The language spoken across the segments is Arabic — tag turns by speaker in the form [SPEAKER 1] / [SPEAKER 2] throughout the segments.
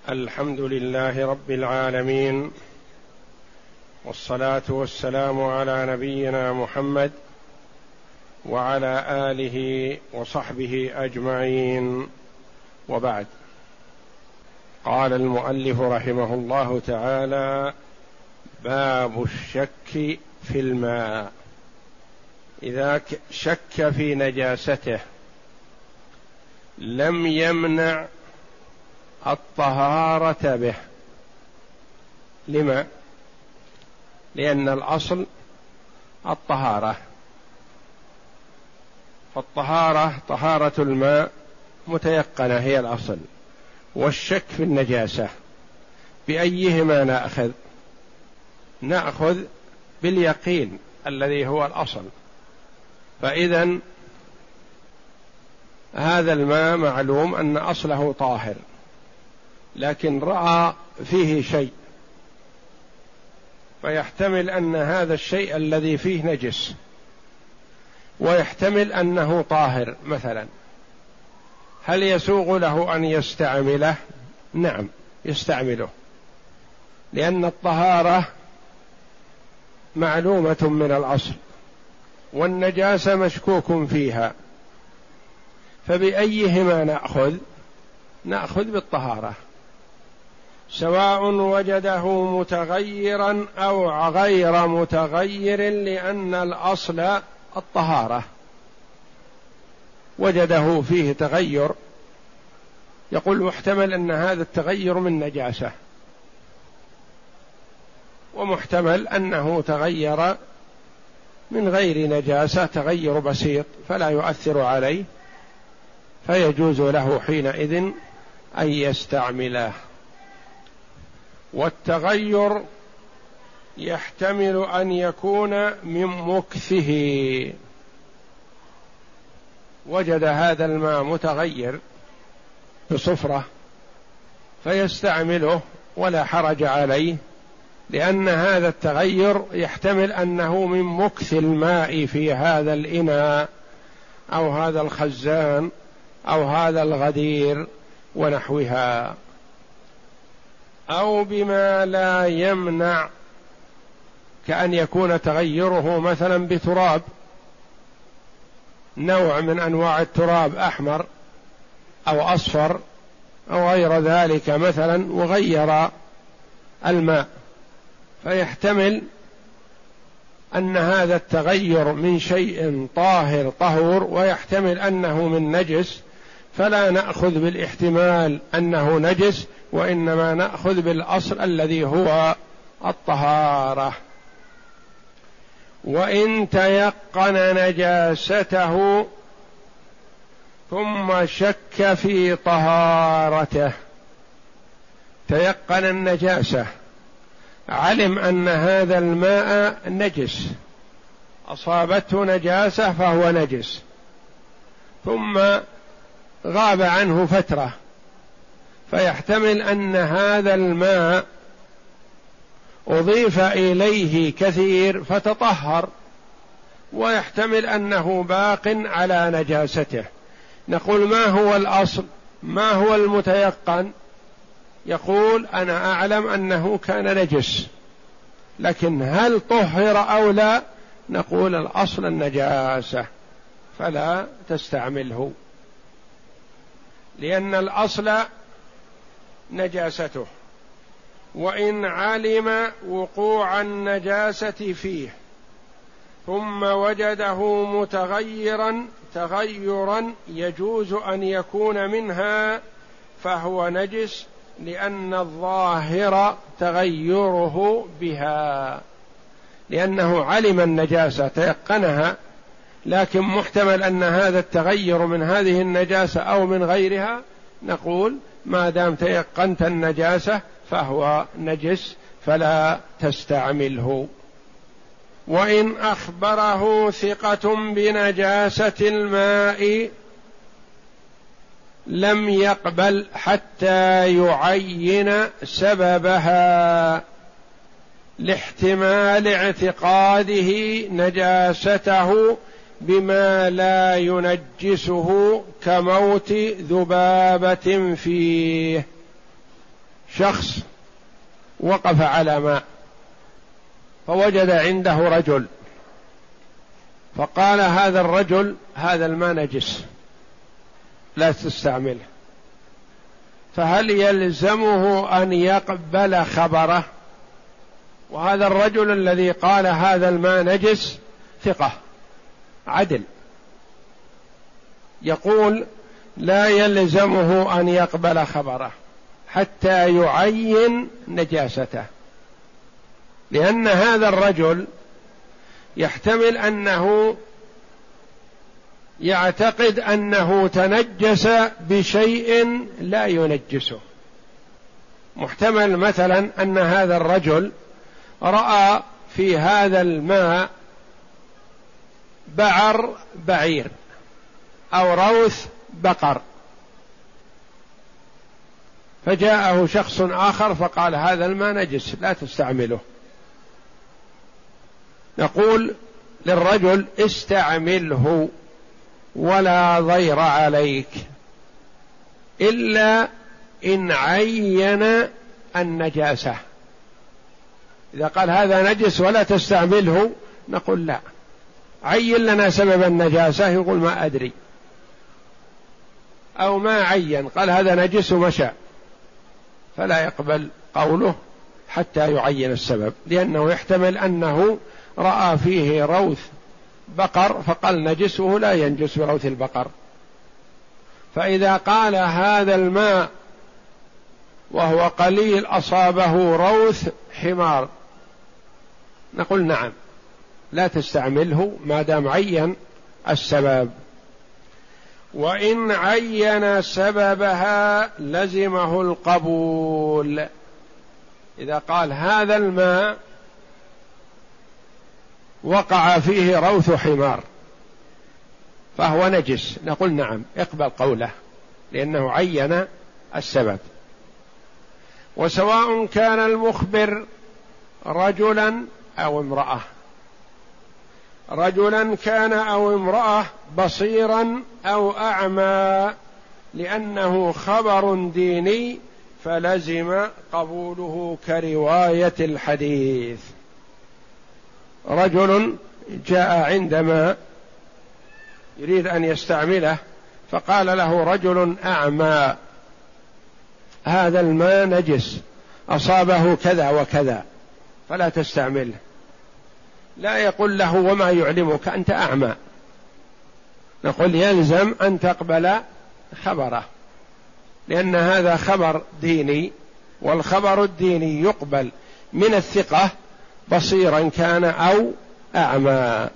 [SPEAKER 1] الحمد لله رب العالمين، والصلاة والسلام على نبينا محمد وعلى آله وصحبه أجمعين، وبعد. قال المؤلف رحمه الله تعالى: باب الشك في الماء. إذا شك في نجاسته لم يمنع الطهارة به. لما؟ لأن الأصل الطهارة، فالطهارة طهارة الماء متيقنة هي الأصل، والشك في النجاسة بأيهما نأخذ؟ نأخذ باليقين الذي هو الأصل. فإذن هذا الماء معلوم أن أصله طاهر، لكن رأى فيه شيء، فيحتمل أن هذا الشيء الذي فيه نجس، ويحتمل أنه طاهر مثلا. هل يسوغ له أن يستعمله؟ نعم يستعمله، لأن الطهارة معلومة من الأصل، والنجاسة مشكوك فيها، فبأيهما نأخذ؟ نأخذ بالطهارة، سواء وجده متغيرا أو غير متغير، لأن الأصل الطهارة. وجده فيه تغير، يقول محتمل أن هذا التغير من نجاسة، ومحتمل أنه تغير من غير نجاسة تغير بسيط فلا يؤثر عليه، فيجوز له حينئذ أن يستعمله. والتغير يحتمل أن يكون من مكثه. وجد هذا الماء متغير بصفرة فيستعمله ولا حرج عليه، لأن هذا التغير يحتمل أنه من مكث الماء في هذا الإناء أو هذا الخزان أو هذا الغدير ونحوها، أو بما لا يمنع، كأن يكون تغيره مثلا بتراب، نوع من أنواع التراب أحمر أو أصفر أو غير ذلك مثلا، وغير الماء، فيحتمل أن هذا التغير من شيء طاهر طهور، ويحتمل أنه من نجس، فلا نأخذ بالاحتمال أنه نجس، وإنما نأخذ بالأصل الذي هو الطهارة. وإن تيقن نجاسته ثم شك في طهارته، تيقن النجاسة، علم أن هذا الماء نجس، أصابته نجاسة فهو نجس، ثم غاب عنه فترة، فيحتمل أن هذا الماء أضيف إليه كثير فتطهر، ويحتمل أنه باق على نجاسته. نقول: ما هو الأصل؟ ما هو المتيقن؟ يقول: أنا أعلم أنه كان نجس، لكن هل طهر أو لا؟ نقول: الأصل النجاسة، فلا تستعمله، لأن الأصل نجاسته. وإن علم وقوع النجاسة فيه ثم وجده متغيرا تغيرا يجوز أن يكون منها، فهو نجس، لأن الظاهر تغيره بها، لأنه علم النجاسة تيقنها، لكن محتمل أن هذا التغير من هذه النجاسة أو من غيرها. نقول: ما دام تيقنت النجاسة فهو نجس، فلا تستعمله. وإن أخبره ثقة بنجاسة الماء لم يقبل حتى يعين سببها، لاحتمال اعتقاده نجاسته بما لا ينجسه كموت ذبابة فيه. شخص وقف على ماء فوجد عنده رجل، فقال هذا الرجل هذا الماء نجس لا تستعمله، فهل يلزمه أن يقبل خبره؟ وهذا الرجل الذي قال هذا الماء نجس ثقة عدل، يقول لا يلزمه أن يقبل خبره حتى يعين نجاسته، لأن هذا الرجل يحتمل أنه يعتقد أنه تنجس بشيء لا ينجسه. محتمل مثلا أن هذا الرجل رأى في هذا الماء بعر بعير أو روث بقر، فجاءه شخص آخر فقال هذا الماء نجس لا تستعمله، نقول للرجل استعمله ولا ضير عليك إلا إن عين النجاسة. إذا قال هذا نجس ولا تستعمله نقول لا، عين لنا سبب النجاسة، يقول ما أدري، أو ما عين قال هذا نجس ومشى، فلا يقبل قوله حتى يعين السبب، لأنه يحتمل أنه رأى فيه روث بقر فقال نجسه لا ينجس بروث البقر. فإذا قال هذا الماء وهو قليل أصابه روث حمار نقول نعم لا تستعمله ما دام عين السبب. وإن عين سببها لزمه القبول. إذا قال هذا الماء وقع فيه روث حمار فهو نجس نقول نعم اقبل قوله لأنه عين السبب. وسواء كان المخبر رجلا أو امرأة، رجلا كان أو امرأة، بصيرا أو أعمى، لأنه خبر ديني فلزم قبوله كرواية الحديث. رجل جاء عندما يريد أن يستعمله فقال له رجل أعمى هذا الماء نجس أصابه كذا وكذا فلا تستعمله، لا يقول له وما يعلمك أنت أعمى، نقول يلزم أن تقبل خبره، لأن هذا خبر ديني، والخبر الديني يقبل من الثقة بصيرا كان أو أعمى.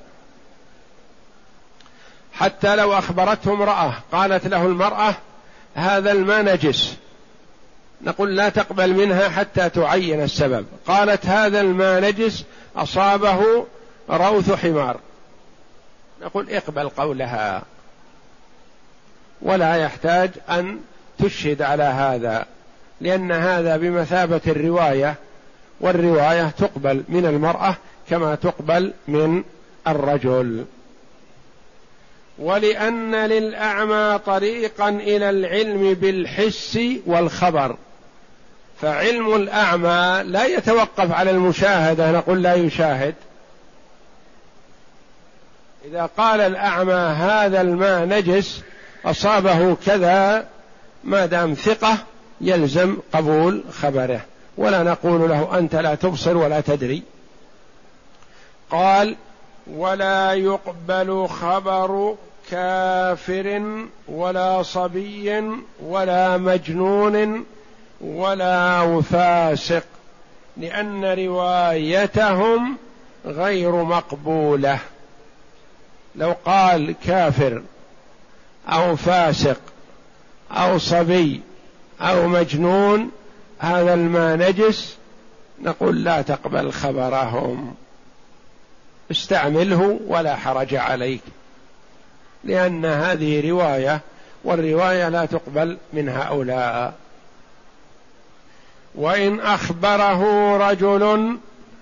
[SPEAKER 1] حتى لو أخبرته امرأة قالت له المرأة هذا الماء نجس نقول لا تقبل منها حتى تعين السبب، قالت هذا الماء نجس أصابه روث حمار نقول اقبل قولها، ولا يحتاج أن تشهد على هذا، لأن هذا بمثابة الرواية، والرواية تقبل من المرأة كما تقبل من الرجل. ولأن للأعمى طريقا إلى العلم بالحس والخبر، فعلم الأعمى لا يتوقف على المشاهدة نقول لا يشاهد. إذا قال الأعمى هذا الماء نجس أصابه كذا ما دام ثقة يلزم قبول خبره، ولا نقول له أنت لا تبصر ولا تدري. قال ولا يقبل خبر كافر ولا صبي ولا مجنون ولا فاسق، لأن روايتهم غير مقبولة. لو قال كافر أو فاسق أو صبي أو مجنون هذا الماء نجس نقول لا تقبل خبرهم، استعمله ولا حرج عليك، لأن هذه رواية والرواية لا تقبل من هؤلاء. وإن أخبره رجل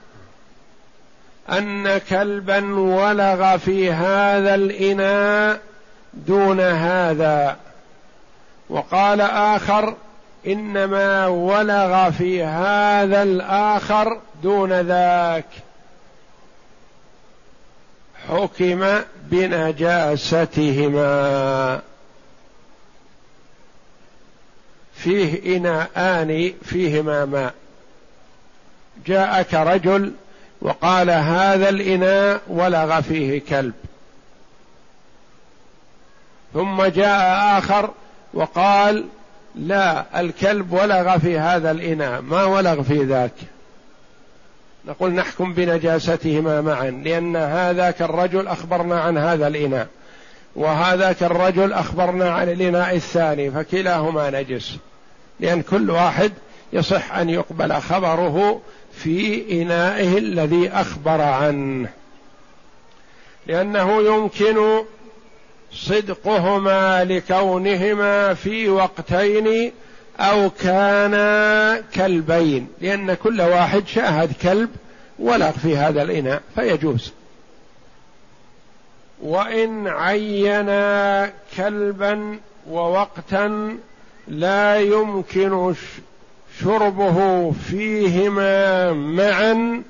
[SPEAKER 1] أن كلبا ولغ في هذا الإناء دون هذا، وقال آخر إنما ولغ في هذا الآخر دون ذاك، حكم بنجاستهما. فيه إناءان فيهما ماء، جاءك رجل وقال هذا الإناء ولغ فيه كلب، ثم جاء آخر وقال لا، الكلب ولغ في هذا الإناء ما ولغ في ذاك، نقول نحكم بنجاستهما معا، لأن هذاك الرجل أخبرنا عن هذا الإناء، وهذاك الرجل أخبرنا عن الإناء الثاني، فكلاهما نجس، لأن كل واحد يصح أن يقبل خبره في إنائه الذي أخبر عنه، لأنه يمكن صدقهما لكونهما في وقتين أو كانا كلبين، لأن كل واحد شاهد كلب ولغ في هذا الإناء فيجوز. وإن عينا كلبا ووقتا لا يمكن شربه فيهما معا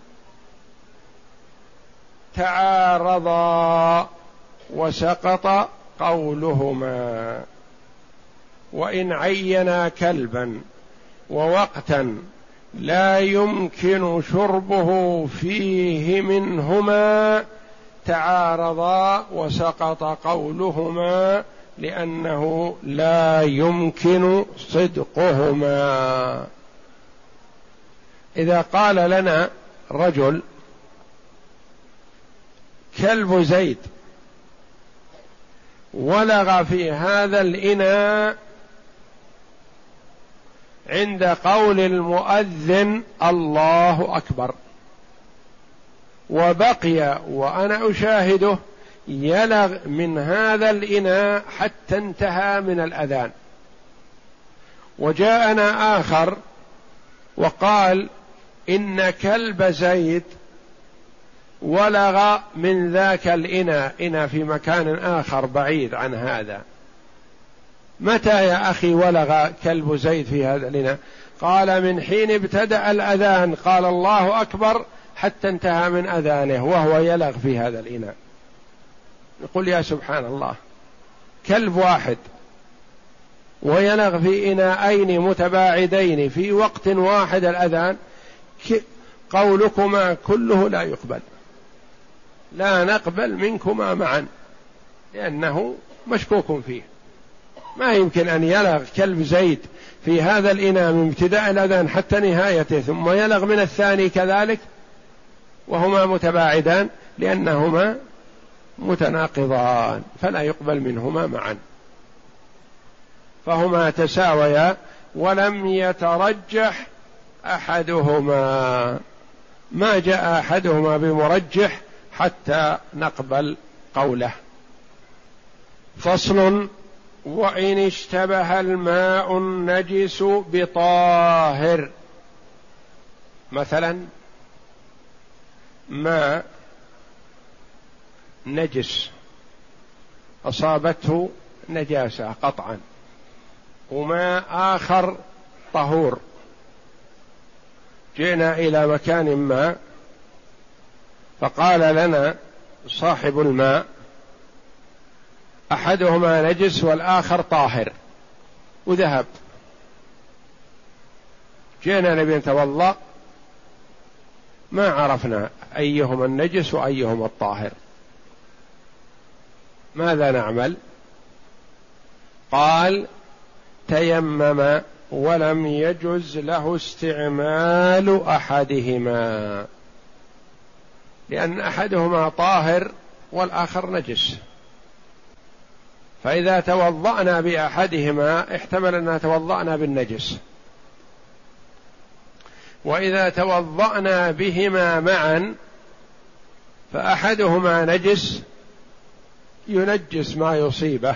[SPEAKER 1] تعارضا وسقط قولهما. وإن عينا كلبا ووقتا لا يمكن شربه فيه منهما تعارضا وسقط قولهما، لأنه لا يمكن صدقهما. إذا قال لنا رجل كلب زيد ولغ في هذا الإناء عند قول المؤذن الله أكبر، وبقي وأنا أشاهده يلغ من هذا الإناء حتى انتهى من الأذان، وجاءنا آخر وقال إن كلب زيد ولغ من ذاك الإناء في مكان آخر بعيد عن هذا. متى يا أخي ولغ كلب زيد في هذا الإناء؟ قال من حين ابتدأ الأذان قال الله أكبر حتى انتهى من أذانه وهو يلغ في هذا الإناء. نقول يا سبحان الله، كلب واحد ويلغ في إناءين متباعدين في وقت واحد الأذان، قولكما كله لا يقبل، لا نقبل منكما معا، لأنه مشكوك فيه. ما يمكن أن يلغ كلب زيد في هذا الإناء من ابتداء الأذان حتى نهايته ثم يلغ من الثاني كذلك وهما متباعدان، لأنهما متناقضان فلا يقبل منهما معا، فهما تساويا ولم يترجح أحدهما، ما جاء أحدهما بمرجح حتى نقبل قوله. فصل: وإن اشتبه الماء النجس بطاهر، مثلا ماء نجس أصابته نجاسة قطعا، وماء آخر طهور، جئنا إلى مكان ما فقال لنا صاحب الماء أحدهما نجس والآخر طاهر، وذهب. جئنا نبي نتوضأ ما عرفنا أيهما النجس وأيهما الطاهر، ماذا نعمل؟ قال: تيمم ولم يجز له استعمال أحدهما، لأن أحدهما طاهر والآخر نجس، فإذا توضأنا بأحدهما احتمل أن توضأنا بالنجس، وإذا توضأنا بهما معا فأحدهما نجس ينجس ما يصيبه،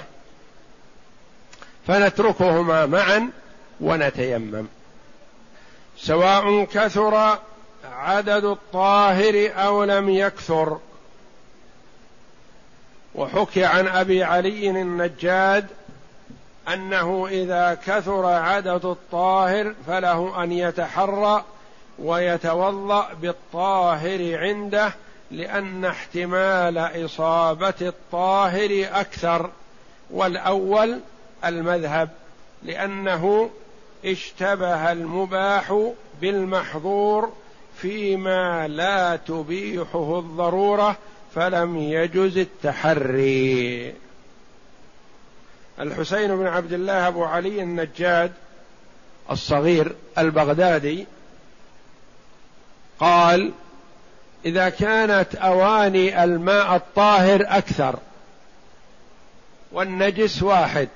[SPEAKER 1] فنتركهما معا ونتيمم، سواء كثر عدد الطاهر أو لم يكثر. وحكي عن أبي علي النجاد أنه إذا كثر عدد الطاهر فله أن يتحرى ويتوضأ بالطاهر عنده، لأن احتمال إصابة الطاهر أكثر، والأول المذهب، لأنه اشتبه المباح بالمحظور فيما لا تبيحه الضرورة فلم يجز التحري. الحسين بن عبد الله أبو علي النجاد الصغير البغدادي قال: إذا كانت أواني الماء الطاهر أكثر والنجس واحد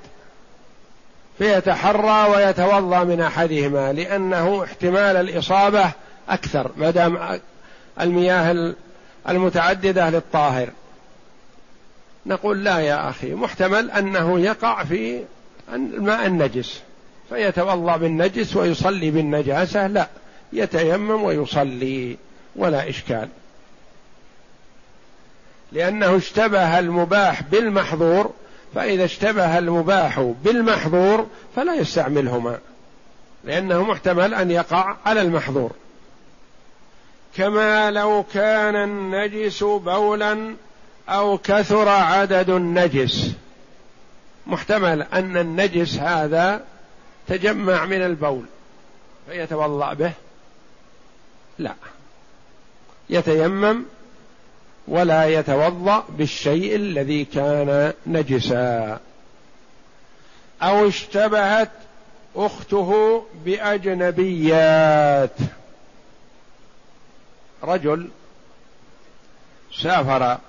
[SPEAKER 1] فيتحرى ويتوضأ من أحدهما، لأنه احتمال الإصابة أكثر ما دام المياه المتعددة للطاهر. نقول: لا يا أخي، محتمل أنه يقع في الماء النجس فيتوضأ بالنجس ويصلي بالنجاسة، لا، يتيمم ويصلي ولا إشكال، لأنه اشتبه المباح بالمحظور، فإذا اشتبه المباح بالمحظور فلا يستعملهما، لأنه محتمل أن يقع على المحظور. كما لو كان النجس بولا أو كثر عدد النجس، محتمل أن النجس هذا تجمع من البول فيتوضأ به، لا، يتيمم ولا يتوضأ بالشيء الذي كان نجسا. أو اشتبهت أخته بأجنبيات، رجل سافر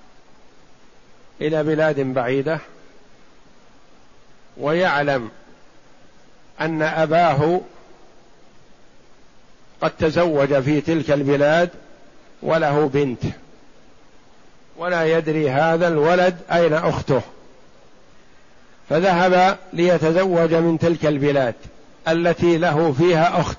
[SPEAKER 1] إلى بلاد بعيدة ويعلم أن أباه قد تزوج في تلك البلاد وله بنت، ولا يدري هذا الولد أين أخته، فذهب ليتزوج من تلك البلاد التي له فيها أخت،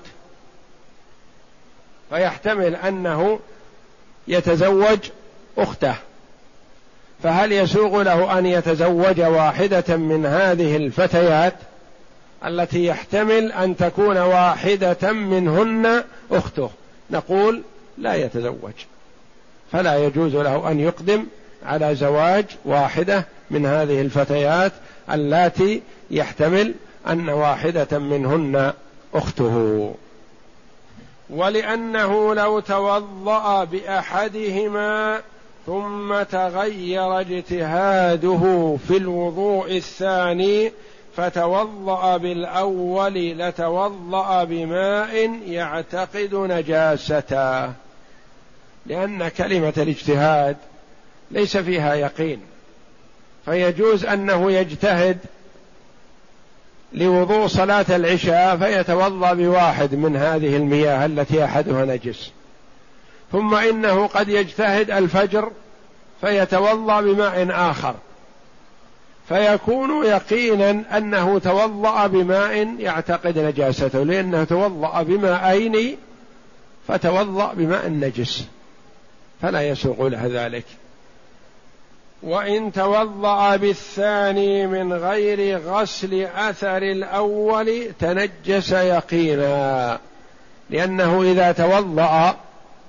[SPEAKER 1] فيحتمل أنه يتزوج أخته، فهل يسوغ له أن يتزوج واحدة من هذه الفتيات التي يحتمل أن تكون واحدة منهن أخته؟ نقول: لا يتزوج، فلا يجوز له أن يقدم على زواج واحدة من هذه الفتيات اللاتي يحتمل أن واحدة منهن أخته. ولأنه لو توضأ بأحدهما ثم تغير اجتهاده في الوضوء الثاني فتوضأ بالأول لتوضأ بماء يعتقد نجاسته، لأن كلمة الاجتهاد ليس فيها يقين، فيجوز أنه يجتهد لوضوء صلاة العشاء فيتوضأ بواحد من هذه المياه التي أحدها نجس، ثم إنه قد يجتهد الفجر فيتوضأ بماء آخر، فيكون يقينا أنه توضأ بماء يعتقد نجاسته، لأنه توضأ بماءين فتوضأ بماء نجس، فلا يسوغ له ذلك. وإن توضأ بالثاني من غير غسل أثر الأول تنجس يقينا، لأنه إذا توضأ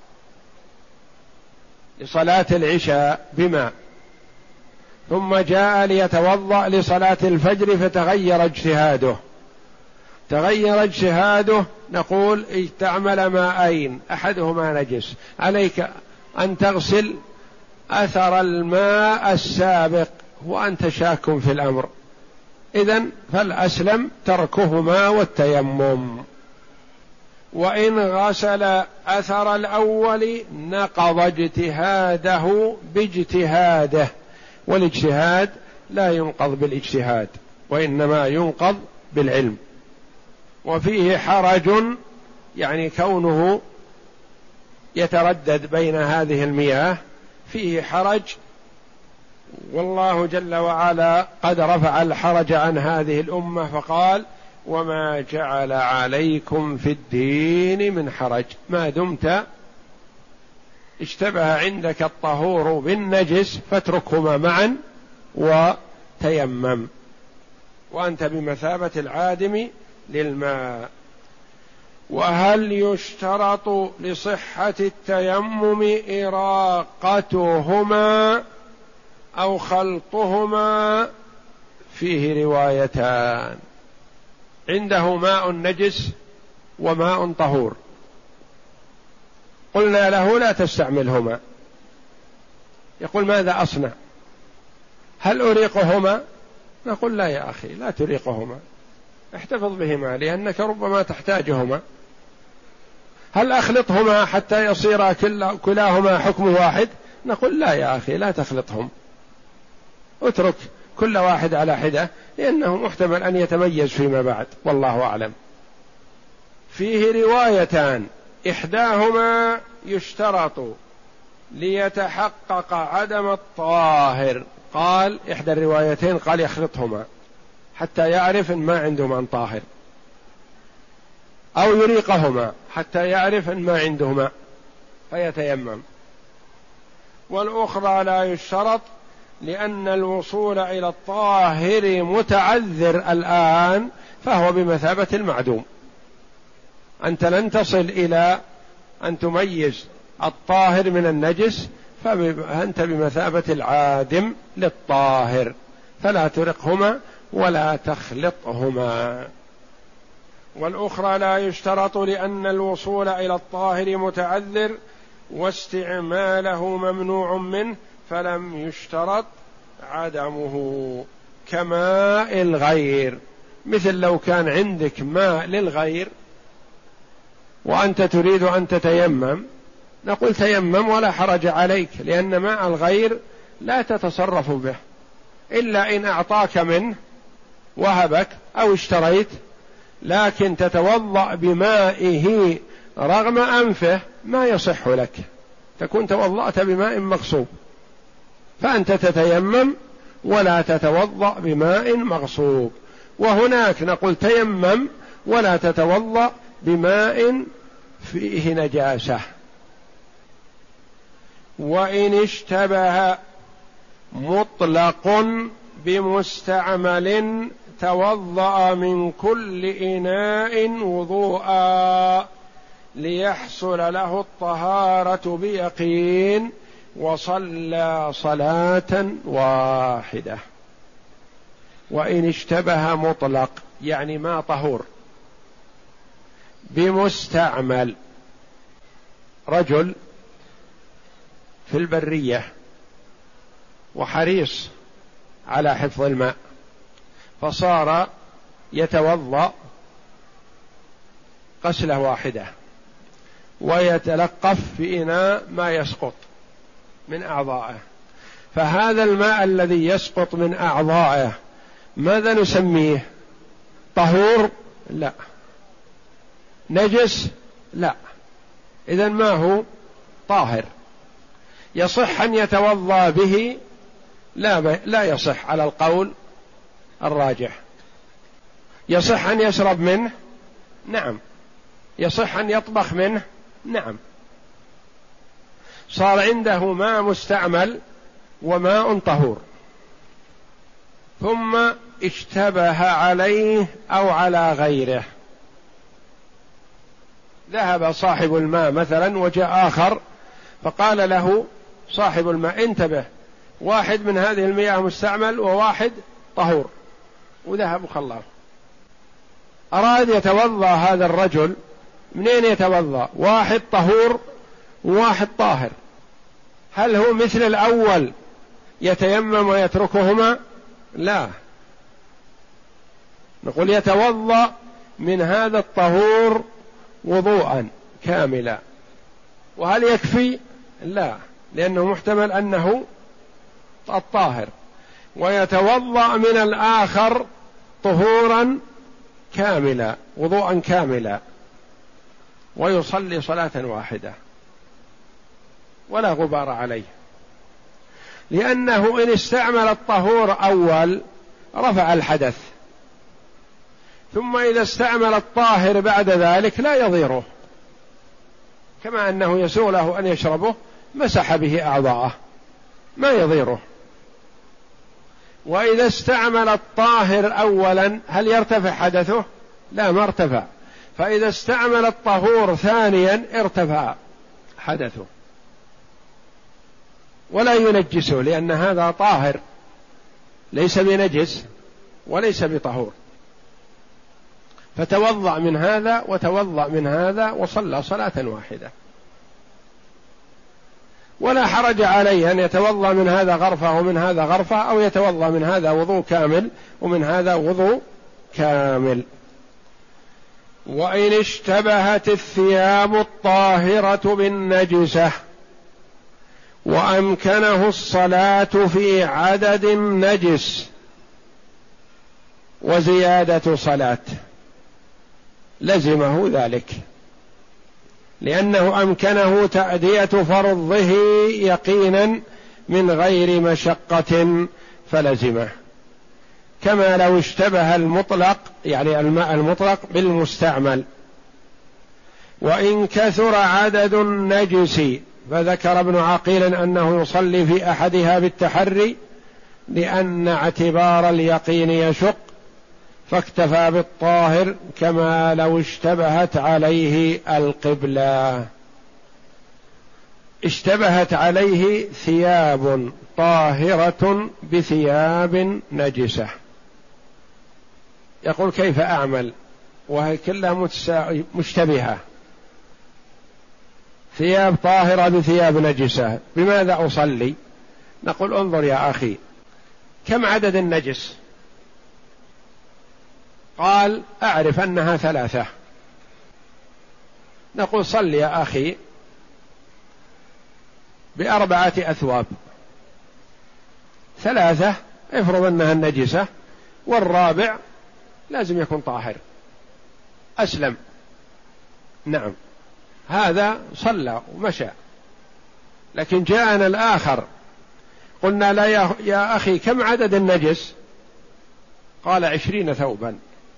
[SPEAKER 1] لصلاة العشاء بماء ثم جاء ليتوضأ لصلاة الفجر فتغير اجتهاده، نقول: استعمل ماءين أحدهما نجس، عليك أن تغسل أثر الماء السابق وأنت شاك في الأمر، إذن فالأسلم تركهما والتيمم. وإن غسل أثر الأول نقض اجتهاده باجتهاده، والاجتهاد لا ينقض بالاجتهاد وإنما ينقض بالعلم. وفيه حرج، يعني كونه يتردد بين هذه المياه فيه حرج، والله جل وعلا قد رفع الحرج عن هذه الأمة فقال: وما جعل عليكم في الدين من حرج، ما دمت اشتبه عندك الطهور بالنجس فاتركهما معا وتيمم. وأنت بمثابة العادم للماء. وهل يشترط لصحة التيمم إراقتهما أو خلطهما؟ فيه روايتان. عنده ماء نجس وماء طهور، قلنا له لا تستعملهما، يقول ماذا أصنع؟ هل أريقهما؟ نقول لا يا أخي، لا تريقهما، احتفظ بهما لأنك ربما تحتاجهما. هل أخلطهما حتى يصير كلاهما حكم واحد؟ نقول لا يا أخي، لا تخلطهم، اترك كل واحد على حدة، لأنه محتمل أن يتميز فيما بعد، والله أعلم. فيه روايتان، إحداهما يشترط ليتحقق عدم الطاهر، قال إحدى الروايتين قال يخلطهما حتى يعرف إن ما عنده ماء طاهر، أو يريقهما حتى يعرف إن ما عنده ماء فيتيمم. والأخرى لا يشترط، لأن الوصول إلى الطاهر متعذر الآن، فهو بمثابة المعدوم. أنت لن تصل إلى أن تميز الطاهر من النجس، فأنت بمثابة العادم للطاهر، فلا ترقهما ولا تخلطهما. والأخرى لا يشترط، لأن الوصول إلى الطاهر متعذر واستعماله ممنوع منه، فلم يشترط عدمه. كماء الغير، مثل لو كان عندك ماء للغير وأنت تريد أن تتيمم، نقول تيمم ولا حرج عليك، لأن ماء الغير لا تتصرف به إلا إن أعطاك منه وهبك أو اشتريت، لكن تتوضأ بمائه رغم أنفه ما يصح لك، تكون توضأت بماء مغصوب، فأنت تتيمم ولا تتوضأ بماء مغصوب. وهناك نقول تيمم ولا تتوضأ بماء فيه نجاسة. وإن اشتبه مطلق بمستعمل توضأ من كل إناء وضوءا ليحصل له الطهارة بيقين، وصلى صلاة واحدة. وإن اشتبه مطلق يعني ما طهور بمستعمل، رجل في البرية وحريص على حفظ الماء، فصار يتوضأ غسلة واحدة ويتلقف في إناء ما يسقط من أعضائه، فهذا الماء الذي يسقط من أعضائه ماذا نسميه؟ طهور؟ لا. نجس؟ لا. إذن ما هو طاهر. يصح أن يتوضأ به؟ لا يصح على القول الراجح. يصح أن يشرب منه؟ نعم. يصح أن يطبخ منه؟ نعم. صار عنده ماء مستعمل وماء طهور، ثم اشتبه عليه أو على غيره، ذهب صاحب الماء مثلا وجاء آخر فقال له صاحب الماء انتبه، واحد من هذه المياه مستعمل وواحد طهور، وذهب وخلاه. أراد يتوضأ هذا الرجل، منين يتوضأ؟ واحد طهور وواحد طاهر، هل هو مثل الأول يتيمم ويتركهما؟ لا، نقول يتوضأ من هذا الطهور وضوءا كاملا. وهل يكفي؟ لا، لأنه محتمل أنه الطاهر، ويتوضأ من الآخر طهورا كاملا وضوءا كاملا، ويصلي صلاة واحدة ولا غبار عليه، لأنه إن استعمل الطهور أول رفع الحدث، ثم إذا استعمل الطاهر بعد ذلك لا يضيره، كما أنه يسوغ له أن يشربه مسح به أعضاءه ما يضيره. وإذا استعمل الطاهر أولا هل يرتفع حدثه؟ لا، ما ارتفع. فإذا استعمل الطهور ثانيا ارتفع حدثه ولا ينجسه، لأن هذا طاهر ليس بنجس وليس بطهور. فتوضأ من هذا وتوضأ من هذا وصلى صلاة واحدة، ولا حرج عليه أن يتوضأ من هذا غرفة ومن هذا غرفة، أو يتوضأ من هذا وضوء كامل ومن هذا وضوء كامل. وإن اشتبهت الثياب الطاهرة بالنجسة وأمكنه الصلاة في عدد النجس وزيادة صلاة لزمه ذلك، لأنه أمكنه تأدية فرضه يقينا من غير مشقة فلزمه، كما لو اشتبه المطلق يعني الماء المطلق بالمستعمل. وإن كثر عدد النجس، فذكر ابن عقيل أنه يصلي في أحدها بالتحري لأن اعتبار اليقين يشق، فاكتفى بالطاهر كما لو اشتبهت عليه القبلة. اشتبهت عليه ثياب طاهرة بثياب نجسة، يقول كيف أعمل وهي كلها مشتبهة، ثياب طاهرة بثياب نجسة، بماذا أصلي؟ نقول انظر يا أخي، كم عدد النجس؟ قال أعرف أنها 3. نقول صل يا أخي ب4 أثواب، 3 افرض أنها النجسة، والرابع لازم يكون طاهر أسلم. نعم، هذا صلى ومشى. لكن جاءنا الآخر قلنا لا يا أخي كم عدد النجس؟ قال 20 ثوبا.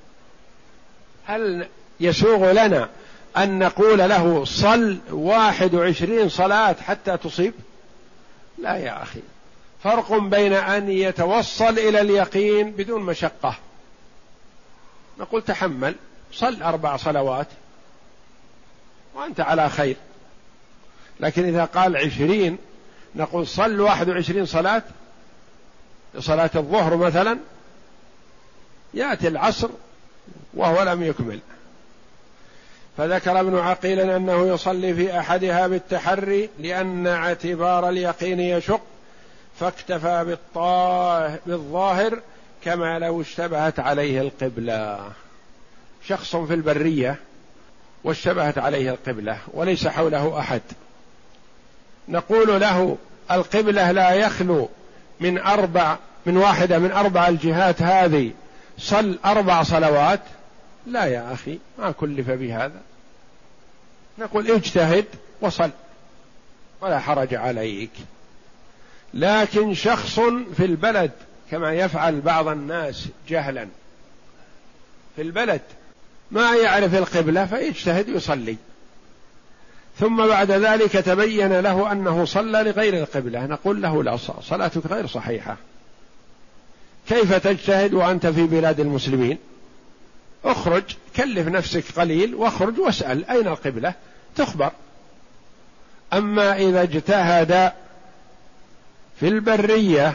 [SPEAKER 1] هل يسوغ لنا أن نقول له صل 21 صلاة حتى تصيب؟ لا يا أخي، فرق بين أن يتوصل إلى اليقين بدون مشقة، نقول تحمل صل 4 صلوات وأنت على خير. لكن إذا قال 20 نقول صل 21 صلاة، صلاة الظهر مثلا يأتي العصر وهو لم يكمل. فذكر ابن عقيل أنه يصلي في أحدها بالتحري لأن اعتبار اليقين يشق، فاكتفى بالظاهر كما لو اشتبهت عليه القبلة. شخص في البرية واشتبهت عليه القبلة وليس حوله أحد، نقول له القبلة لا يخلو من واحدة من 4 الجهات هذه، صل 4 صلوات. لا يا أخي، ما كلف بهذا، نقول اجتهد وصل ولا حرج عليك. لكن شخص في البلد كما يفعل بعض الناس جهلا في البلد ما يعرف القبلة فيجتهد يصلي، ثم بعد ذلك تبين له أنه صلى لغير القبلة، نقول له لا، صلاتك غير صحيحة. كيف تجتهد وأنت في بلاد المسلمين؟ اخرج، كلف نفسك قليل واخرج واسأل أين القبلة تخبر. أما إذا اجتهد في البرية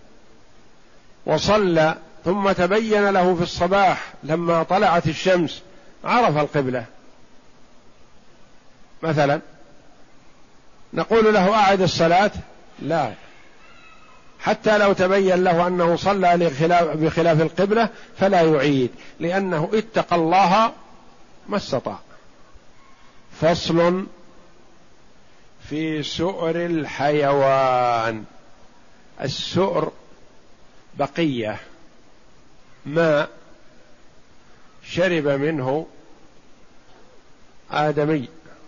[SPEAKER 1] وصلى ثم تبين له في الصباح لما طلعت الشمس عرف القبلة مثلا، نقول له أعد الصلاة؟ لا، حتى لو تبين له أنه صلى بخلاف القبلة فلا يعيد، لأنه اتقى الله ما استطاع. فصل في سؤر الحيوان. السؤر بقية ماء شرب منه آدمي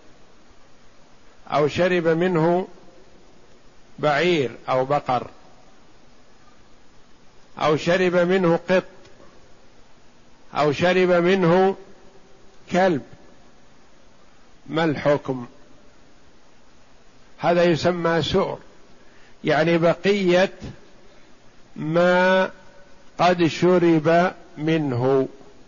[SPEAKER 1] أو شرب منه بعير أو بقر أو شرب منه قط أو شرب منه كلب، ما الحكم؟ هذا يسمى سؤر، يعني بقية ما قد شرب منه،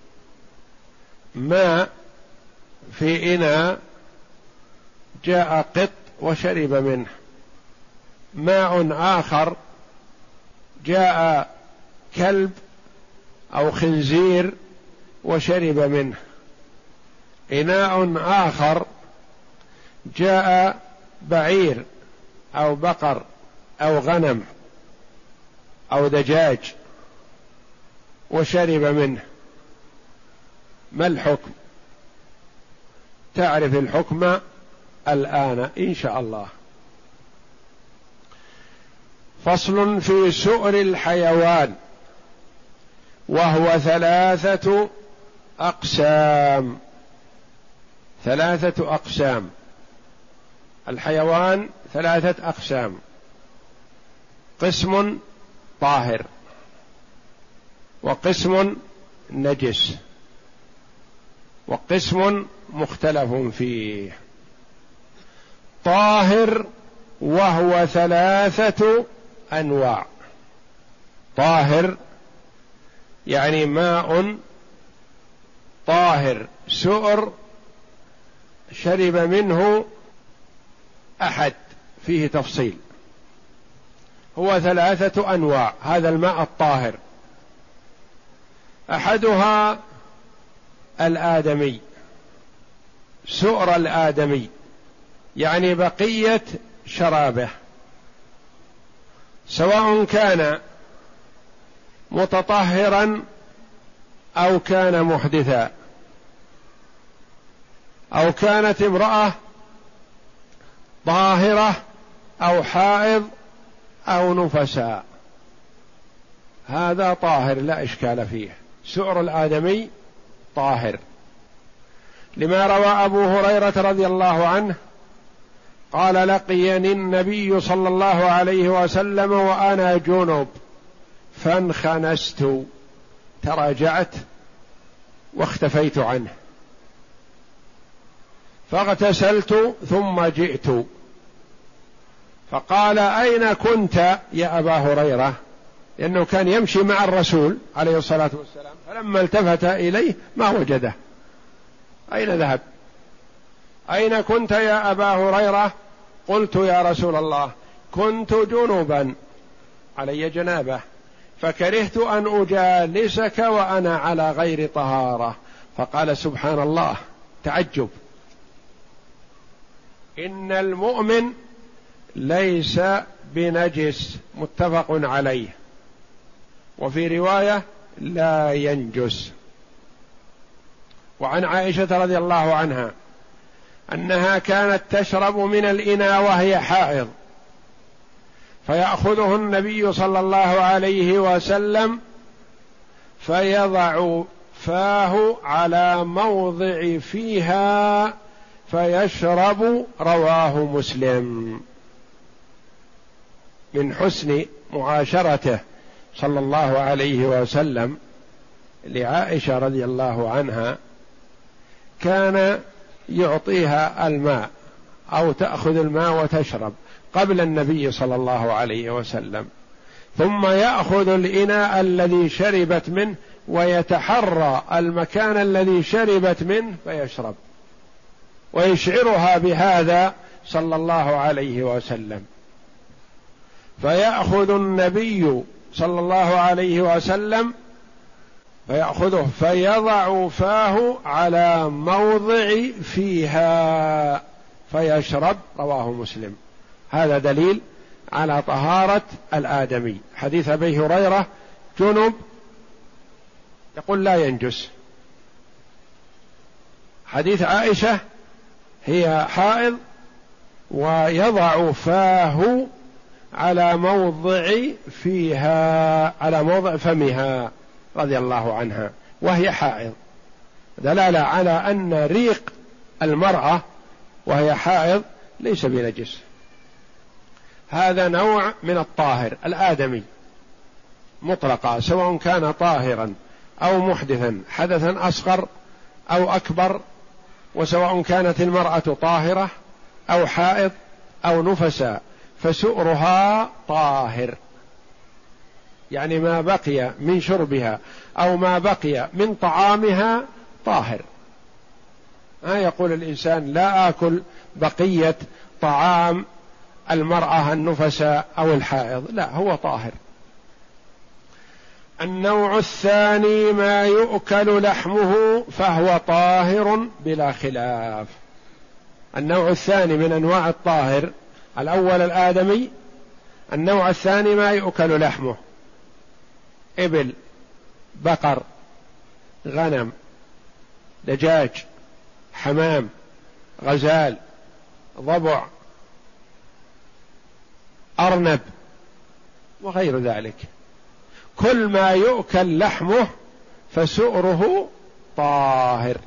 [SPEAKER 1] ماء في إناء جاء قط وشرب منه، ماء آخر جاء كلب أو خنزير وشرب منه، إناء آخر جاء بعير أو بقر أو غنم أو دجاج وشرب منه. ما الحكم؟ تعرف الحكم الآن إن شاء الله. فصل في سؤر الحيوان، وهو ثلاثة أقسام. ثلاثة أقسام، الحيوان ثلاثة أقسام: قسم طاهر، وقسم نجس، وقسم مختلف فيه. طاهر وهو ثلاثة أنواع. طاهر يعني ماء طاهر سؤر شرب منه أحد، فيه تفصيل. هو ثلاثة أنواع هذا الماء الطاهر: أحدها الآدمي، سؤر الآدمي، يعني بقية شرابه، سواء كان متطهرا أو كان محدثا، أو كانت امرأة طاهرة أو حائض أو نفساء، هذا طاهر لا إشكال فيه. سؤر الآدمي طاهر، لما روى أبو هريرة رضي الله عنه قال: لقيني النبي صلى الله عليه وسلم وأنا جنب فانخنست، تراجعت واختفيت عنه، فاغتسلت ثم جئت، فقال: أين كنت يا أبا هريرة؟ لأنه كان يمشي مع الرسول عليه الصلاة والسلام، فلما التفت إليه ما وجده. أين ذهب؟ أين كنت يا أبا هريرة؟ قلت: يا رسول الله كنت جنبا، علي جنابة، فكرهت أن أجالسك وأنا على غير طهارة. فقال: سبحان الله، تعجب، إن المؤمن ليس بنجس، متفق عليه، وفي رواية لا ينجس. وعن عائشة رضي الله عنها أنها كانت تشرب من الإناء وهي حائض، فيأخذه النبي صلى الله عليه وسلم فيضع فاه على موضع فيها فيشرب، رواه مسلم. من حسن معاشرته صلى الله عليه وسلم لعائشة رضي الله عنها كان يعطيها الماء أو تأخذ الماء وتشرب قبل النبي صلى الله عليه وسلم، ثم يأخذ الإناء الذي شربت منه ويتحرى المكان الذي شربت منه فيشرب، ويشعرها بهذا صلى الله عليه وسلم. فيأخذ النبي صلى الله عليه وسلم فيأخذه فيضع فاه على موضع فيها فيشرب، رواه مسلم. هذا دليل على طهارة الآدمي. حديث أبي هريرة جنب يقول لا ينجس، حديث عائشة هي حائض ويضع فاه على موضع فيها، على موضع فمها رضي الله عنها وهي حائض، دلالة على أن ريق المرأة وهي حائض ليس بنجس. هذا نوع من الطاهر الآدمي مطلقا، سواء كان طاهرا أو محدثا، حدثا أصغر أو أكبر، وسواء كانت المرأة طاهرة أو حائض أو نفسا، فسؤرها طاهر. يعني ما بقي من شربها أو ما بقي من طعامها طاهر. ما يقول الإنسان لا آكل بقية طعام المرأة النفساء أو الحائض، لا، هو طاهر. النوع الثاني ما يؤكل لحمه فهو طاهر بلا خلاف. النوع الثاني من أنواع الطاهر، الأول الآدمي، النوع الثاني ما يؤكل لحمه، إبل، بقر، غنم، دجاج، حمام، غزال، ضبع، أرنب، وغير ذلك. كل ما يؤكل لحمه فسؤره طاهر،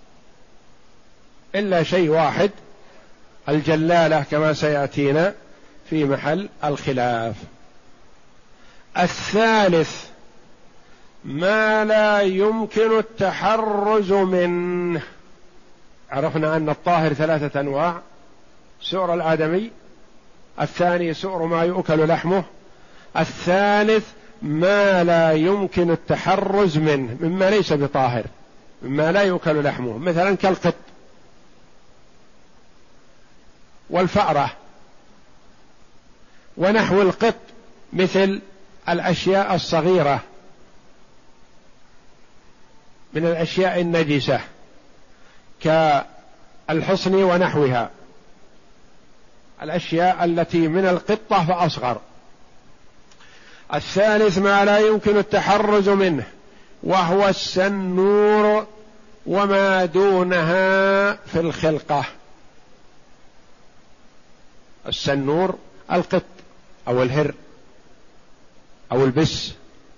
[SPEAKER 1] إلا شيء واحد، الجلالة، كما سيأتينا في محل الخلاف. الثالث ما لا يمكن التحرز منه. عرفنا أن الطاهر 3 أنواع: سؤر الآدمي، الثاني سؤر ما يؤكل لحمه، الثالث ما لا يمكن التحرز منه، مما ليس بطاهر، مما لا يؤكل لحمه، مثلا كالقط والفأرة ونحو القط، مثل الأشياء الصغيرة من الأشياء النجسة كالحصن ونحوها، الأشياء التي من القطة فأصغر. الثالث ما لا يمكن التحرز منه، وهو السنور وما دونها في الخلقة. السنور القط أو الهر أو البس،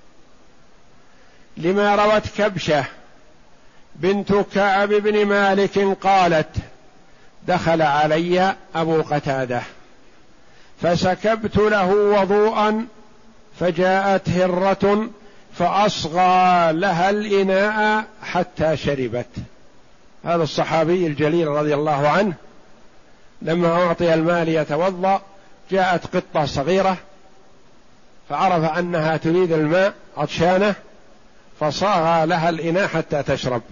[SPEAKER 1] لما روت كبشة بنت كعب بن مالك قالت: دخل علي أبو قتادة فسكبت له وضوءا فجاءت هرة فأصغى لها الإناء حتى شربت. هذا الصحابي الجليل رضي الله عنه لما أعطي المال يتوضأ جاءت قطة صغيرة فعرف أنها تريد الماء عطشانة فصاغ لها الإناء حتى تشرب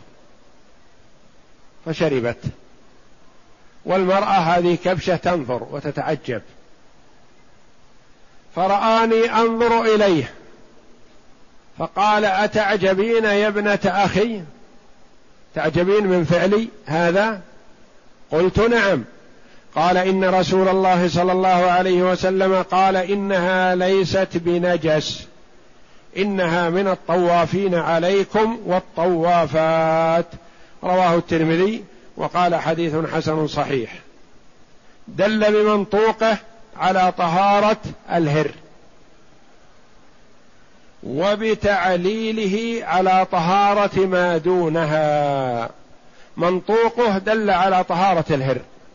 [SPEAKER 1] فشربت. والمرأة هذه كبشة تنظر وتتعجب، فرآني أنظر إليه فقال: أتعجبين يا ابنة أخي؟ تعجبين من فعلي هذا؟ قلت: نعم. قال: إن رسول الله صلى الله عليه وسلم قال: إنها ليست بنجس، إنها من الطوافين عليكم والطوافات. رواه الترمذي وقال: حديث حسن صحيح. دل بمنطوقه على طهارة الهر، وبتعليله على طهارة ما دونها. منطوقه دل على طهارة الهر،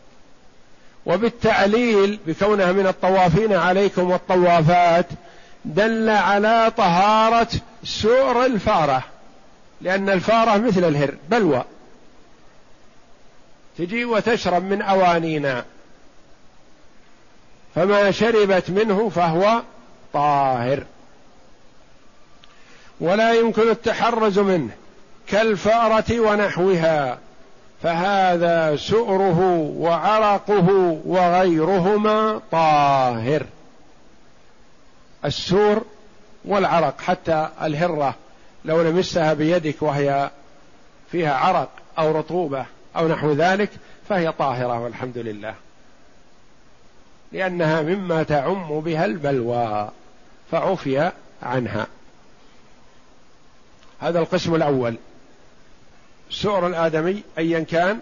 [SPEAKER 1] وبالتعليل بكونها من الطوافين عليكم والطوافات دل على طهارة سؤر الفارة، لأن الفارة مثل الهر بلوى، تجي وتشرب من أوانينا، فما شربت منه فهو طاهر ولا يمكن التحرز منه، كالفأرة ونحوها، فهذا سؤره وعرقه وغيرهما طاهر. السور والعرق، حتى الهرة لو لمسها بيدك وهي فيها عرق أو رطوبة أو نحو ذلك فهي طاهرة والحمد لله، لأنها مما تعم بها البلوى فعفي عنها. هذا القسم الأول، سؤر الآدمي أيا كان،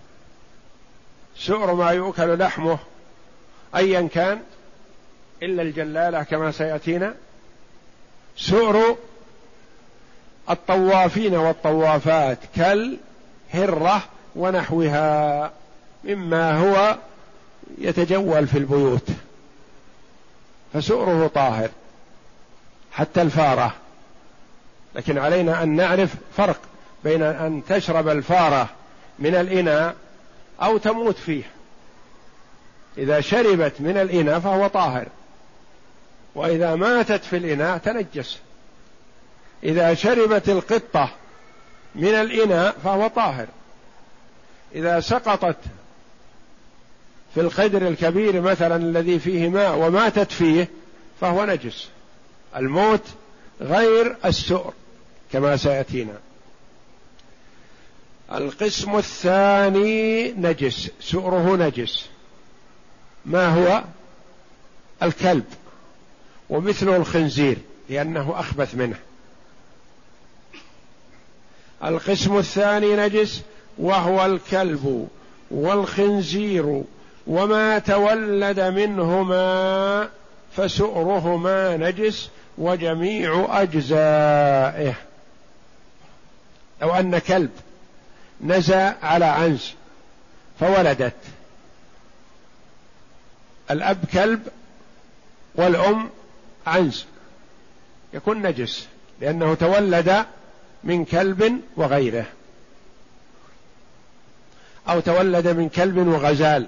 [SPEAKER 1] سؤر ما يؤكل لحمه أيا كان إلا الجلالة كما سيأتينا، سؤر الطوافين والطوافات كالهرة ونحوها مما هو يتجول في البيوت فسؤره طاهر، حتى الفارة. لكن علينا أن نعرف فرق بين أن تشرب الفارة من الإناء أو تموت فيه. إذا شربت من الإناء فهو طاهر، وإذا ماتت في الإناء تنجس. إذا شربت القطة من الإناء فهو طاهر، إذا سقطت في القدر الكبير مثلا الذي فيه ماء وماتت فيه فهو نجس. الموت غير السؤر كما سيأتينا. القسم الثاني نجس، سؤره نجس. ما هو؟ الكلب، ومثله الخنزير لأنه أخبث منه. القسم الثاني نجس وهو الكلب والخنزير وما تولد منهما فسؤرهما نجس وجميع أجزائه. لو أن كلب نزى على عنز فولدت، الأب كلب والأم عنز، يكون نجس لأنه تولد من كلب وغيره، أو تولد من كلب وغزال،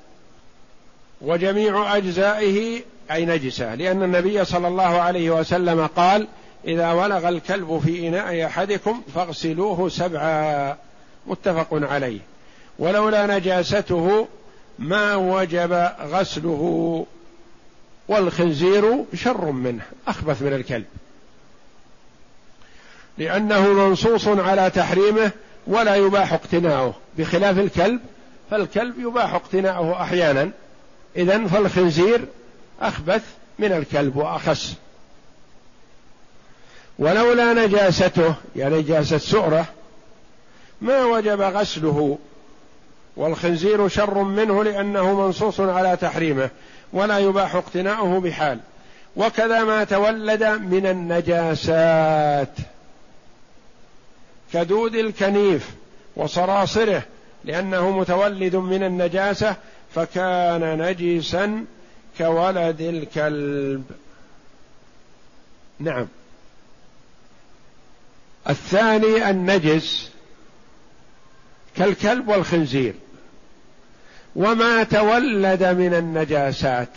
[SPEAKER 1] وجميع أجزائه أي نجسة، لأن النبي صلى الله عليه وسلم قال: إذا ولغ الكلب في إناء أحدكم فاغسلوه 7، متفق عليه. ولولا نجاسته ما وجب غسله. والخنزير شر منه، أخبث من الكلب، لأنه منصوص على تحريمه ولا يباح اقتناؤه، بخلاف الكلب فالكلب يباح اقتناؤه أحيانا. إذن فالخنزير أخبث من الكلب وأخس. ولولا نجاسته يعني نجاسة سؤره ما وجب غسله. والخنزير شر منه لأنه منصوص على تحريمه ولا يباح اقتناؤه بحال. وكذا ما تولد من النجاسات كدود الكنيف وصراصره، لأنه متولد من النجاسة فكان نجسا كولد الكلب. نعم. الثاني النجس كالكلب والخنزير وما تولد من النجاسات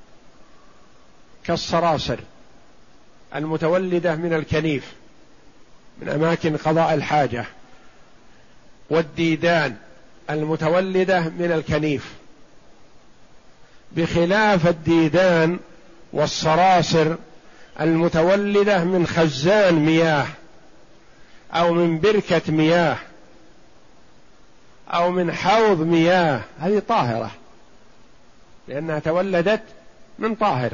[SPEAKER 1] كالصراصر المتولدة من الكنيف من أماكن قضاء الحاجة، والديدان المتولدة من الكنيف، بخلاف الديدان والصراصر المتولدة من خزان مياه أو من بركة مياه أو من حوض مياه، هذه طاهرة لأنها تولدت من طاهر.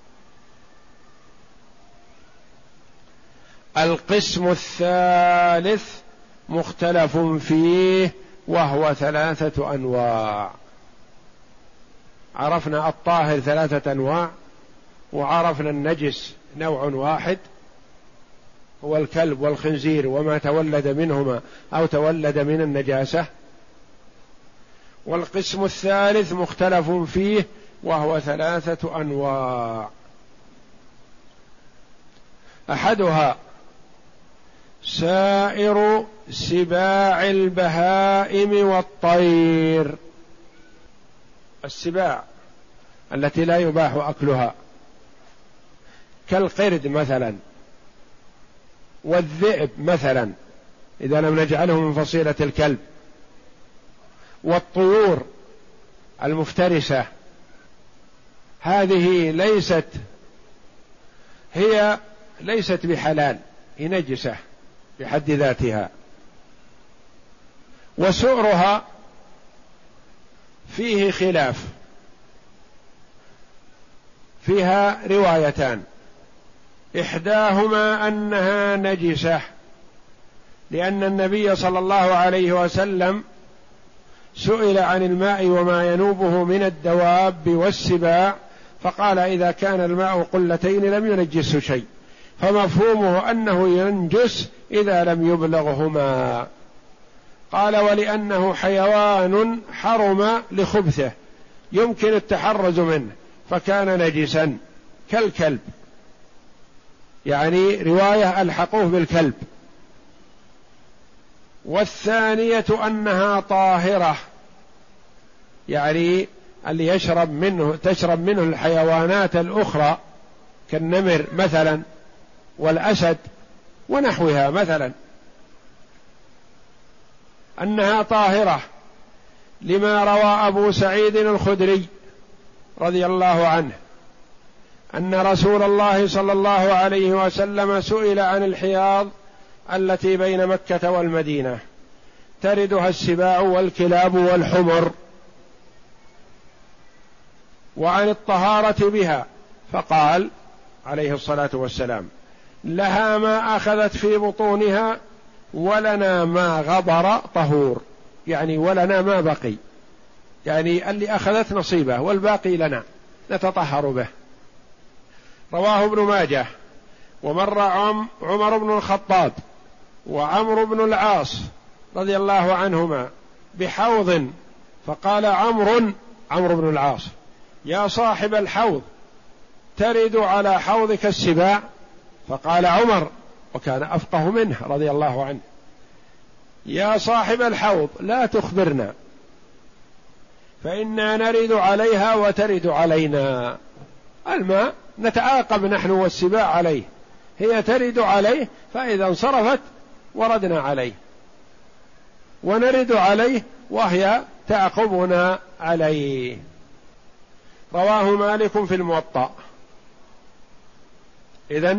[SPEAKER 1] القسم الثالث مختلف فيه وهو 3 أنواع. عرفنا الطاهر 3 أنواع، وعرفنا النجس نوع واحد هو الكلب والخنزير وما تولد منهما أو تولد من النجاسة. والقسم الثالث مختلف فيه وهو 3 أنواع. أحدها سائر سباع البهائم والطير، السباع التي لا يباح أكلها كالقرد مثلا والذئب مثلا إذا لم نجعله من فصيلة الكلب، والطيور المفترسة، هذه ليست بحلال، هي نجسة بحد ذاتها. وسؤرها فيه خلاف، فيها روايتان، إحداهما أنها نجسة لأن النبي صلى الله عليه وسلم سئل عن الماء وما ينوبه من الدواب والسباع فقال: إذا كان الماء قلتين لم ينجسه شيء، فمفهومه أنه ينجس إذا لم يبلغهما. قال: ولأنه حيوان حرم لخبثه يمكن التحرز منه فكان نجسا كالكلب، يعني رواية ألحقوه بالكلب. والثانية أنها طاهرة، يعني اللي تشرب منه الحيوانات الأخرى كالنمر مثلا والأسد ونحوها مثلا، أنها طاهرة لما روى أبو سعيد الخدري رضي الله عنه أن رسول الله صلى الله عليه وسلم سئل عن الحياض التي بين مكة والمدينة تردها السباع والكلاب والحمر، وعن الطهارة بها، فقال عليه الصلاة والسلام: لها ما أخذت في بطونها ولنا ما غبر طهور، يعني ولنا ما بقي، يعني اللي أخذت نصيبه والباقي لنا نتطهر به. رواه ابن ماجه. ومر عمر بن الخطاب وعمرو بن العاص رضي الله عنهما بحوض، فقال عمرو بن العاص: يا صاحب الحوض ترد على حوضك السباع؟ فقال عمر، وكان أفقه منه رضي الله عنه: يا صاحب الحوض لا تخبرنا، فإنا نرد عليها وترد علينا. الماء نتعاقب نحن والسباع عليه، هي ترد عليه، فإذا انصرفت وردنا عليه، ونرد عليه وهي تعقبنا عليه. رواه مالك في الموطأ. إذن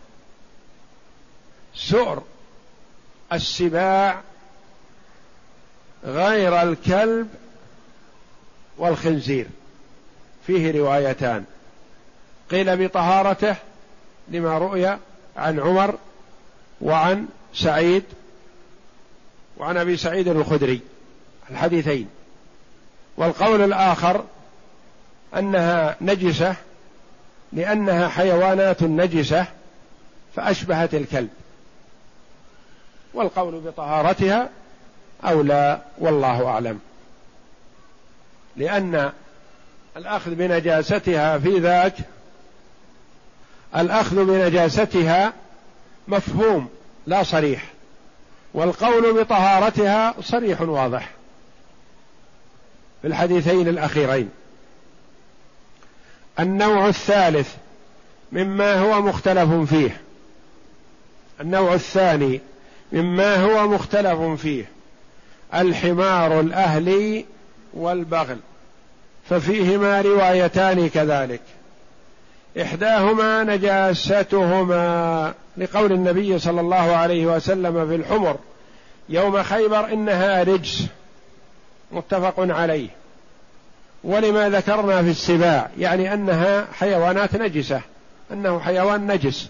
[SPEAKER 1] سؤر السباع غير الكلب والخنزير فيه روايتان، قيل بطهارته لما رؤي عن عمر وعن سعيد وعن أبي سعيد الخدري الحديثين، والقول الآخر أنها نجسة لأنها حيوانات نجسة فأشبهت الكلب، والقول بطهارتها أولى والله أعلم، لأن الأخذ بنجاستها في ذاك الأخذ بنجاستها مفهوم لا صريح، والقول بطهارتها صريح واضح في الحديثين الأخيرين. النوع الثالث مما هو مختلف فيه، النوع الثاني مما هو مختلف فيه الحمار الأهلي والبغل، ففيهما روايتان كذلك، إحداهما نجاستهما لقول النبي صلى الله عليه وسلم في الحمر يوم خيبر إنها رجس، متفق عليه. ولما ذكرنا في السباع يعني أنها حيوانات نجسة، أنه حيوان نجس.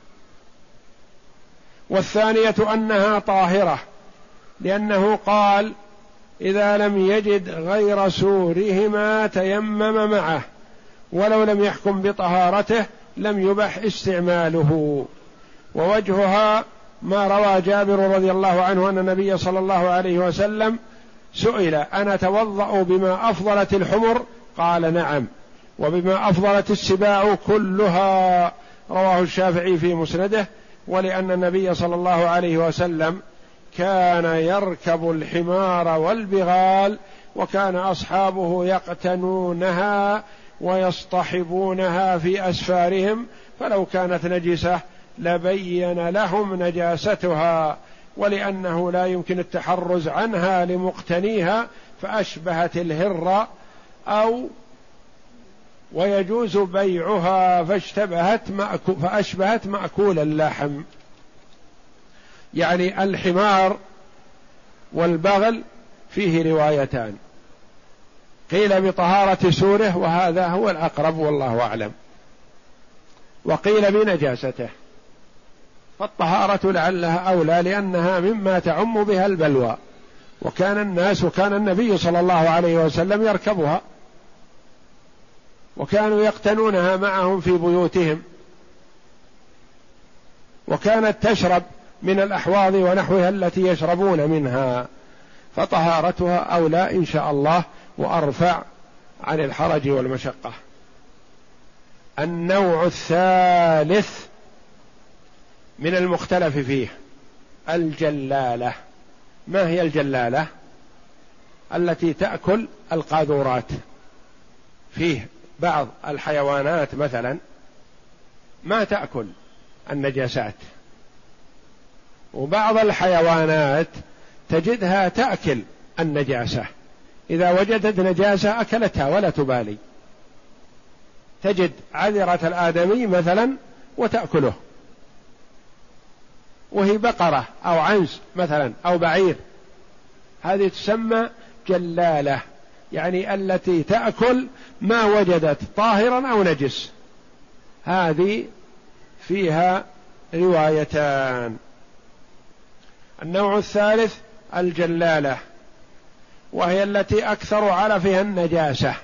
[SPEAKER 1] والثانية أنها طاهرة، لأنه قال إذا لم يجد غير سورهما تيمم معه، ولو لم يحكم بطهارته لم يبح استعماله. ووجهها ما روى جابر رضي الله عنه أن النبي صلى الله عليه وسلم سئل: أنا أتوضأ بما أفضلت الحمر؟ قال: نعم. وبما أفضلت السباع كلها، رواه الشافعي في مسنده. ولأن النبي صلى الله عليه وسلم كان يركب الحمار والبغال، وكان أصحابه يقتنونها ويصطحبونها في أسفارهم، فلو كانت نجسة لبين لهم نجاستها، ولأنه لا يمكن التحرز عنها لمقتنيها فأشبهت الهر أو ويجوز بيعها فأشبهت مأكول اللحم. يعني الحمار والبغل فيه روايتان، قيل بطهارة سوره وهذا هو الأقرب والله أعلم، وقيل بنجاسته، فالطهارة لعلها أولى لأنها مما تعم بها البلوى، وكان النبي صلى الله عليه وسلم يركبها، وكانوا يقتنونها معهم في بيوتهم، وكانت تشرب من الأحواض ونحوها التي يشربون منها، فطهارتها أولى إن شاء الله وأرفع عن الحرج والمشقة. النوع الثالث من المختلف فيه الجلالة. ما هي الجلالة؟ التي تأكل القاذورات. فيه بعض الحيوانات مثلا ما تأكل النجاسات، وبعض الحيوانات تجدها تأكل النجاسة، إذا وجدت نجاسة أكلتها ولا تبالي. تجد عذرة الآدمي مثلا وتأكله، وهي بقرة أو عنز مثلا أو بعير، هذه تسمى جلالة، يعني التي تأكل ما وجدت طاهرا أو نجس. هذه فيها روايتان. النوع الثالث الجلالة، وهي التي أكثر علفها النجاسة،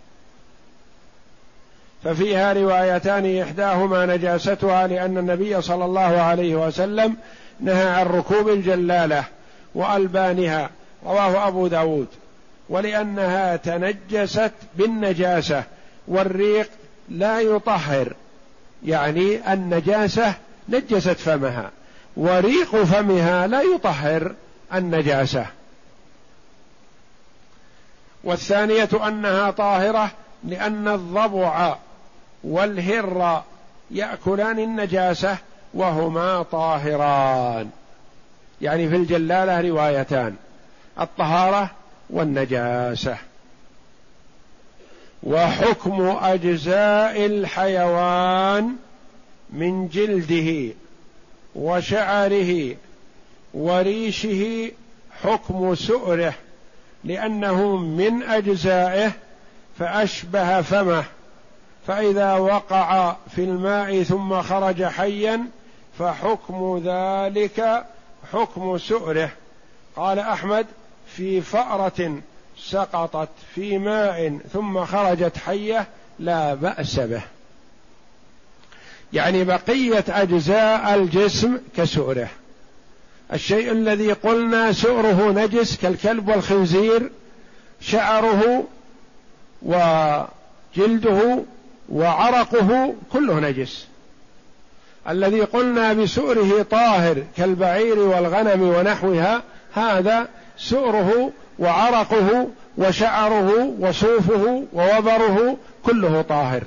[SPEAKER 1] ففيها روايتان، إحداهما نجاستها لأن النبي صلى الله عليه وسلم نهى عن ركوب الجلالة وألبانها، رواه أبو داود، ولأنها تنجست بالنجاسة، والريق لا يطهر، يعني النجاسة نجست فمها، وريق فمها لا يطهر النجاسة. والثانية أنها طاهرة لأن الضبع والهر يأكلان النجاسة وهما طاهران، يعني في الجلالة روايتان، الطهارة والنجاسة. وحكم أجزاء الحيوان من جلده وشعره وريشه حكم سؤره، لأنه من أجزائه فأشبه فمه، فإذا وقع في الماء ثم خرج حيا فحكم ذلك حكم سؤره. قال أحمد: في فأرة سقطت في ماء ثم خرجت حية لا بأس به، يعني بقية أجزاء الجسم كسؤره. الشيء الذي قلنا سؤره نجس كالكلب والخنزير، شعره وجلده وعرقه كله نجس. الذي قلنا بسؤره طاهر كالبعير والغنم ونحوها، هذا سؤره وعرقه وشعره وصوفه ووبره كله طاهر.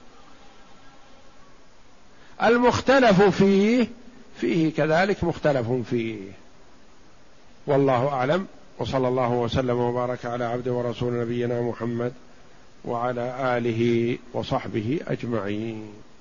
[SPEAKER 1] المختلف فيه كذلك مختلف فيه، والله أعلم. وصلى الله وسلم وبارك على عبد ورسول نبينا محمد وعلى آله وصحبه أجمعين.